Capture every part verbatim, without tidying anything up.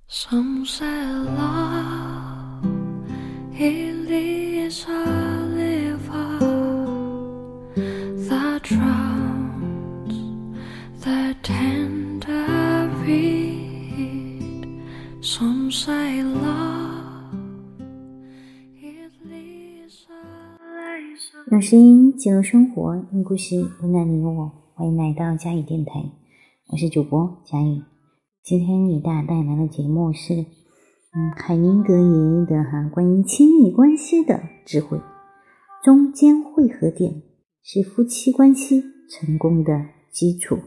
Some say love it is a river that drowns the tender reed. Some say love it leaves a laser. 用声音记录生活，用故事温暖你我。欢迎来到佳语电台，我是主播佳语。今天给大家带来的节目是嗯，海宁格爷爷的哈关于亲密关系的智慧。中间汇合点是夫妻关系成功的基础。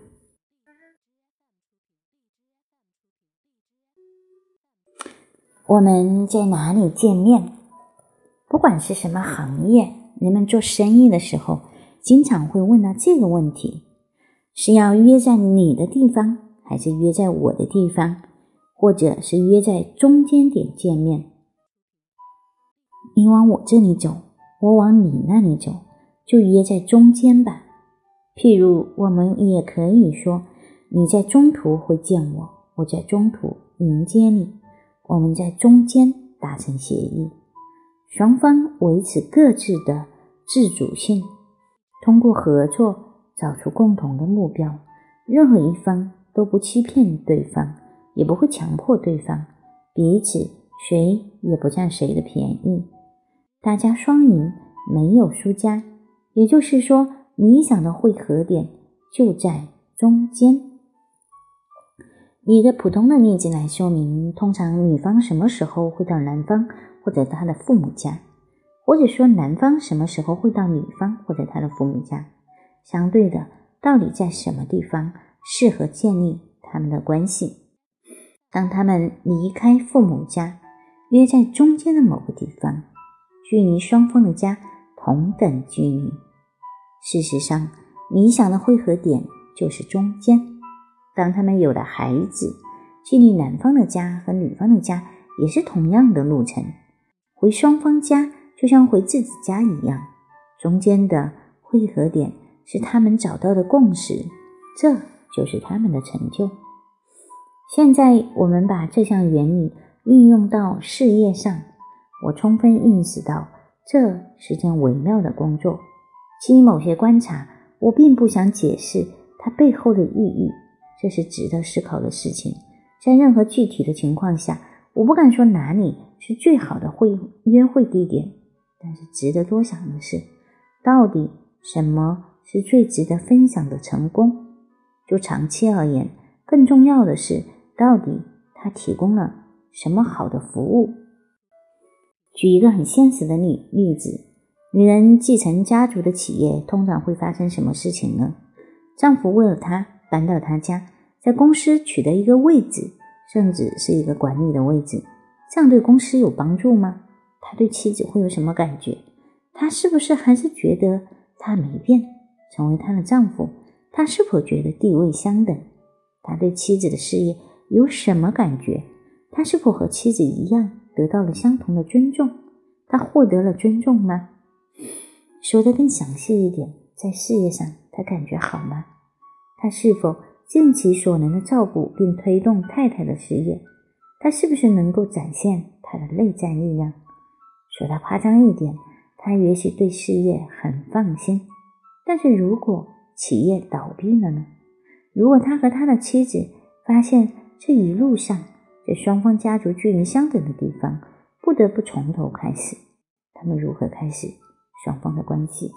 我们在哪里见面？不管是什么行业，人们做生意的时候经常会问到这个问题，是要约在你的地方，还是约在我的地方，或者是约在中间点见面？你往我这里走，我往你那里走，就约在中间吧。譬如我们也可以说，你在中途会见我，我在中途迎接你，我们在中间达成协议，双方维持各自的自主性，通过合作找出共同的目标，任何一方都不欺骗对方，也不会强迫对方，彼此谁也不占谁的便宜，大家双赢，没有输家。也就是说，理想的汇合点就在中间。以一个普通的例子来说明，通常女方什么时候会到男方或者他的父母家，或者说男方什么时候会到女方或者他的父母家，相对的，到底在什么地方适合建立他们的关系？当他们离开父母家，约在中间的某个地方，距离双方的家同等距离。事实上，理想的汇合点就是中间。当他们有了孩子，距离男方的家和女方的家也是同样的路程，回双方家就像回自己家一样。中间的汇合点是他们找到的共识，这就是他们的成就。现在我们把这项原理运用到事业上，我充分意识到这是件微妙的工作。基于某些观察，我并不想解释它背后的意义，这是值得思考的事情。在任何具体的情况下，我不敢说哪里是最好的会约会地点，但是值得多想的是，到底什么是最值得分享的成功？就长期而言，更重要的是，到底它提供了什么好的服务？举一个很现实的例例子，女人继承家族的企业，通常会发生什么事情呢？丈夫为了她搬到她家，在公司取得一个位置，甚至是一个管理的位置，这样对公司有帮助吗？他对妻子会有什么感觉？他是不是还是觉得他没变，成为他的丈夫？他是否觉得地位相等？他对妻子的事业有什么感觉？他是否和妻子一样得到了相同的尊重？他获得了尊重吗？说得更详细一点，在事业上他感觉好吗？他是否尽其所能的照顾并推动太太的事业？他是不是能够展现他的内在力量？说得夸张一点，他也许对事业很放心，但是如果企业倒闭了呢？如果他和他的妻子发现这一路上在双方家族距离相等的地方不得不从头开始，他们如何开始双方的关系？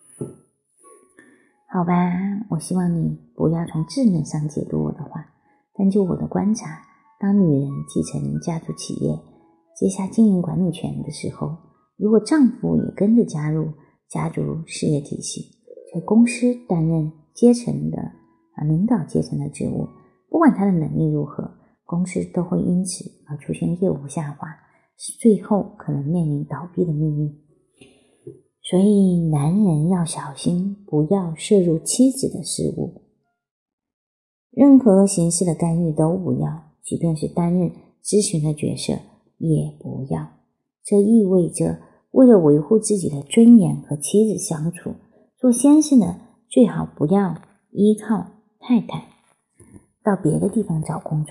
好吧，我希望你不要从字面上解读我的话，但就我的观察，当女人继承家族企业，接下经营管理权的时候，如果丈夫也跟着加入家族事业体系，在公司担任阶层的啊领导阶层的职务，不管他的能力如何，公司都会因此而出现业务下滑，是最后可能面临倒闭的命运。所以男人要小心，不要涉入妻子的事务，任何形式的干预都不要，即便是担任咨询的角色也不要。这意味着为了维护自己的尊严和妻子相处，做先生的最好不要依靠太太到别的地方找工作，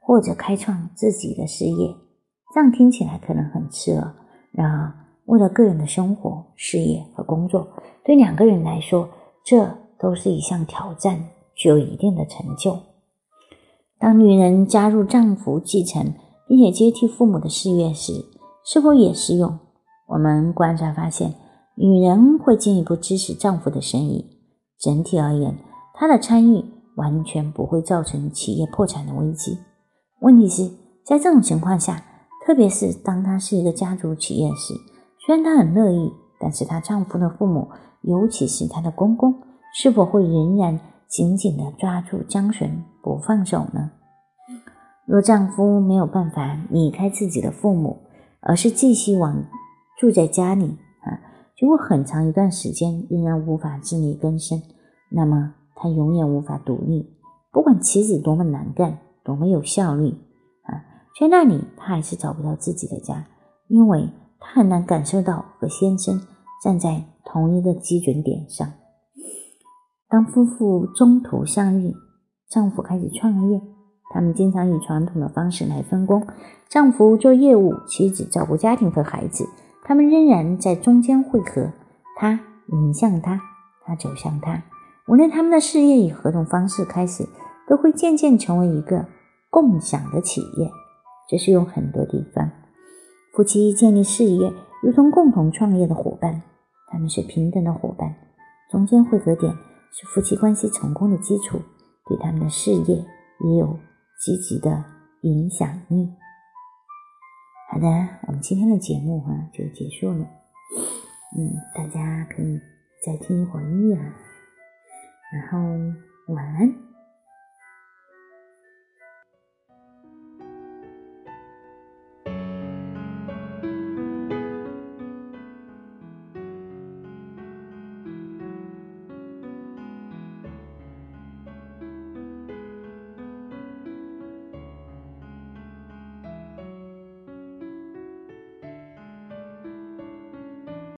或者开创自己的事业。这样听起来可能很刺耳，然而为了个人的生活、事业和工作，对两个人来说，这都是一项挑战，具有一定的成就。当女人加入丈夫继承并且接替父母的事业时，是否也适用？我们观察发现，女人会进一步支持丈夫的生意。整体而言，她的参与完全不会造成企业破产的危机。问题是，在这种情况下，特别是当她是一个家族企业时，虽然她很乐意，但是她丈夫的父母，尤其是她的公公，是否会仍然紧紧地抓住缰绳不放手呢？若丈夫没有办法离开自己的父母，而是继续往住在家里啊，结果很长一段时间仍然无法自力更生，那么他永远无法独立。不管妻子多么能干，多么有效率啊，在那里他还是找不到自己的家，因为他很难感受到和先生站在同一个基准点上。当夫妇中途相遇，丈夫开始创业，他们经常以传统的方式来分工，丈夫做业务，妻子照顾家庭和孩子，他们仍然在中间汇合，他迎向他，他走向他。无论他们的事业以何种方式开始，都会渐渐成为一个共享的企业。这是有很多地方，夫妻建立事业如同共同创业的伙伴，他们是平等的伙伴，中间汇合点是夫妻关系成功的基础，对他们的事业也有积极的影响力。好的，我们今天的节目、啊、就结束了。嗯，大家可以再听一会儿音乐，然后晚安。